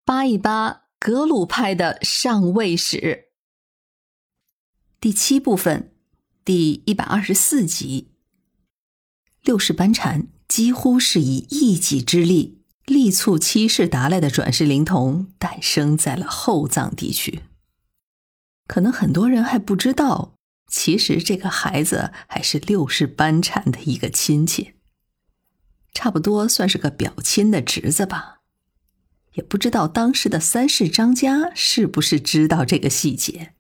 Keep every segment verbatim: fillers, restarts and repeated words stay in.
扒一扒格鲁派的上位史。第七部分，第一百二十四集。六世班禅几乎是以一己之力力促七世达赖的转世灵童诞生在了后藏地区。可能很多人还不知道，其实这个孩子还是六世班禅的一个亲戚，差不多算是个表亲的侄子吧。也不知道当时的三世张家是不是知道这个细节。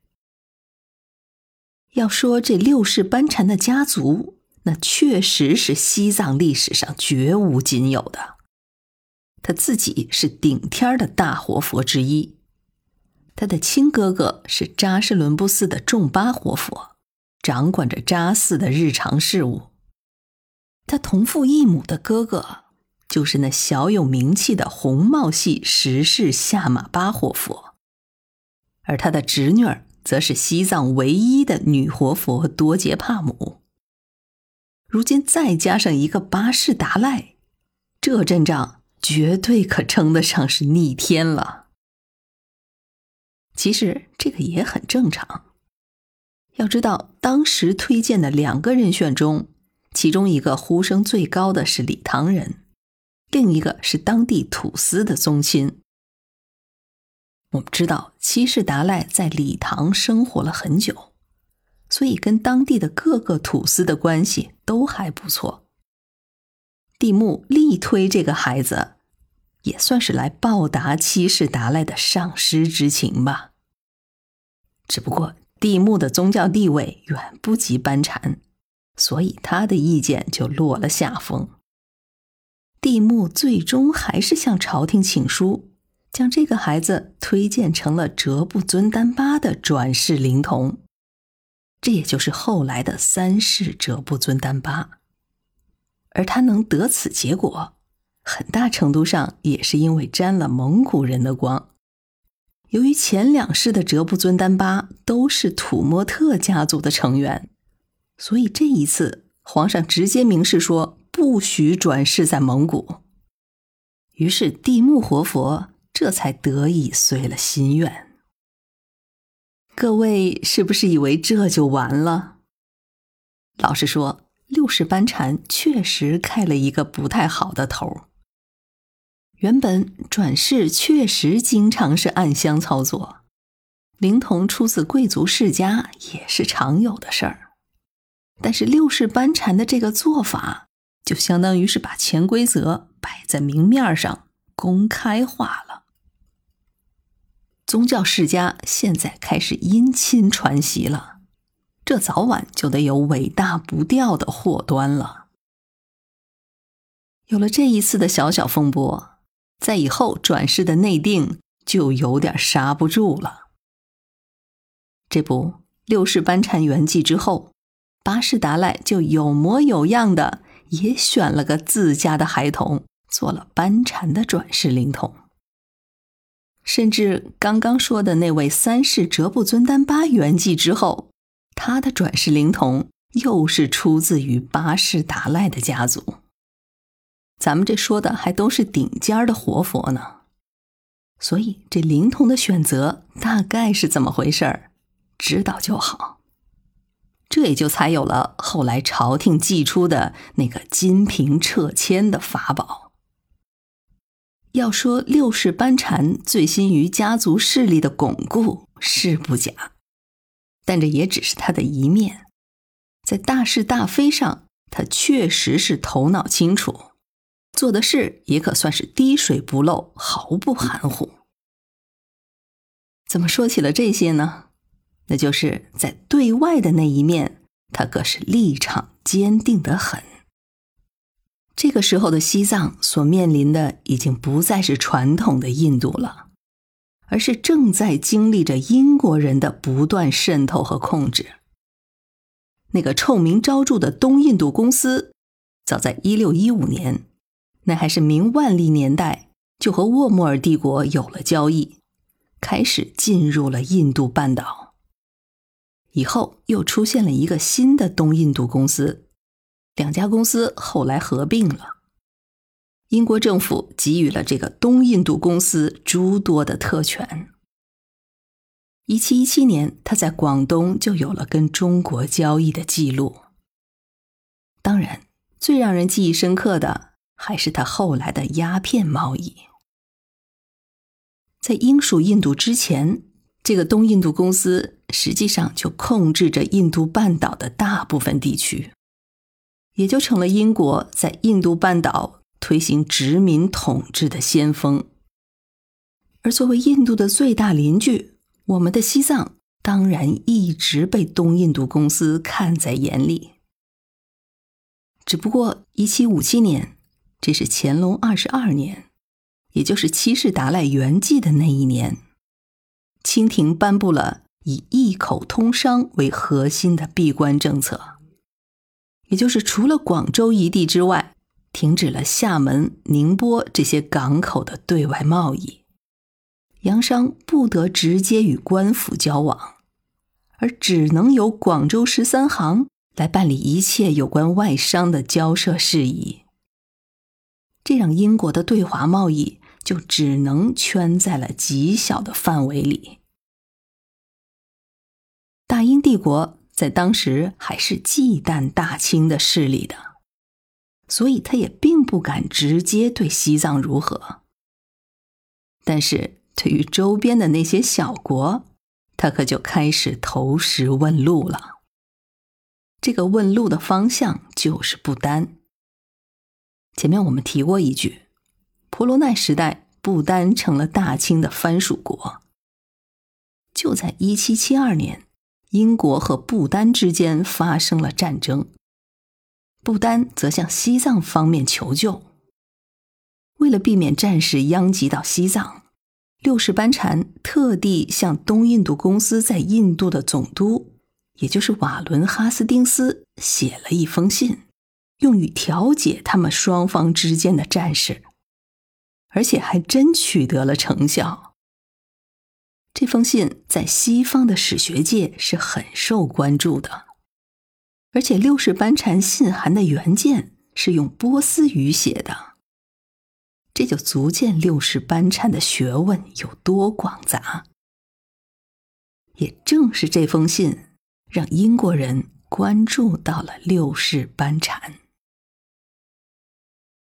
要说这六世班禅的家族，那确实是西藏历史上绝无仅有的。他自己是顶天的大活佛之一，他的亲哥哥是扎什伦布寺的众巴活佛，掌管着扎寺的日常事务。他同父异母的哥哥就是那小有名气的红帽系十世夏玛巴活佛，而他的侄女儿则是西藏唯一的女活佛多杰帕姆。如今再加上一个八世达赖，这阵仗绝对可称得上是逆天了。其实这个也很正常，要知道当时推荐的两个人选中，其中一个呼声最高的是理塘人，另一个是当地土司的宗亲。我们知道七世达赖在理塘生活了很久，所以跟当地的各个土司的关系都还不错。地木力推这个孩子，也算是来报答七世达赖的上师之情吧。只不过地木的宗教地位远不及班禅，所以他的意见就落了下风。地木最终还是向朝廷请书，将这个孩子推荐成了哲布尊丹巴的转世灵童，这也就是后来的三世哲布尊丹巴。而他能得此结果，很大程度上也是因为沾了蒙古人的光。由于前两世的哲布尊丹巴都是土默特家族的成员，所以这一次皇上直接明示说不许转世在蒙古。于是地木活佛这才得以遂了心愿。各位是不是以为这就完了？老实说，六世班禅确实开了一个不太好的头。原本转世确实经常是暗箱操作，灵童出自贵族世家也是常有的事儿。但是六世班禅的这个做法，就相当于是把潜规则摆在明面上，公开化了。宗教世家现在开始姻亲传习了，这早晚就得有尾大不掉的祸端了。有了这一次的小小风波，在以后转世的内定就有点刹不住了。这不，六世班禅圆寂之后，八世达赖就有模有样的也选了个自家的孩童，做了班禅的转世灵童。甚至刚刚说的那位三世哲布尊丹巴圆寂之后，他的转世灵童又是出自于八世达赖的家族。咱们这说的还都是顶尖的活佛呢，所以这灵童的选择大概是怎么回事儿，知道就好。这也就才有了后来朝廷祭出的那个金瓶撤迁的法宝。要说六世班禅醉心于家族势力的巩固是不假，但这也只是他的一面。在大是大非上，他确实是头脑清楚，做的事也可算是滴水不漏，毫不含糊。怎么说起了这些呢？那就是在对外的那一面，他可是立场坚定得很。这个时候的西藏所面临的已经不再是传统的印度了，而是正在经历着英国人的不断渗透和控制。那个臭名昭著的东印度公司，早在一六一五年，那还是明万历年代，就和沃莫尔帝国有了交易，开始进入了印度半岛。以后又出现了一个新的东印度公司，两家公司后来合并了。 英国政府给予了这个东印度公司诸多的特权。一七一七年，他在广东就有了跟中国交易的记录。当然，最让人记忆深刻的还是他后来的鸦片贸易。在英属印度之前，这个东印度公司实际上就控制着印度半岛的大部分地区，也就成了英国在印度半岛推行殖民统治的先锋。而作为印度的最大邻居，我们的西藏当然一直被东印度公司看在眼里。只不过一七五七年，这是乾隆二十二年，也就是七世达赖圆寂的那一年，清廷颁布了以一口通商为核心的闭关政策，也就是除了广州一地之外，停止了厦门、宁波这些港口的对外贸易，洋商不得直接与官府交往，而只能由广州十三行来办理一切有关外商的交涉事宜。这让英国的对华贸易就只能圈在了极小的范围里。大英帝国在当时还是忌惮大清的势力的，所以他也并不敢直接对西藏如何。但是对于周边的那些小国，他可就开始投石问路了。这个问路的方向就是不丹。前面我们提过一句，婆罗奈时代不丹成了大清的藩属国。就在一七七二年，英国和不丹之间发生了战争，不丹则向西藏方面求救。为了避免战事殃及到西藏，六世班禅特地向东印度公司在印度的总督，也就是瓦伦哈斯丁斯写了一封信，用于调解他们双方之间的战事，而且还真取得了成效。这封信在西方的史学界是很受关注的，而且六世班禅信函的原件是用波斯语写的，这就足见六世班禅的学问有多广杂。也正是这封信让英国人关注到了六世班禅。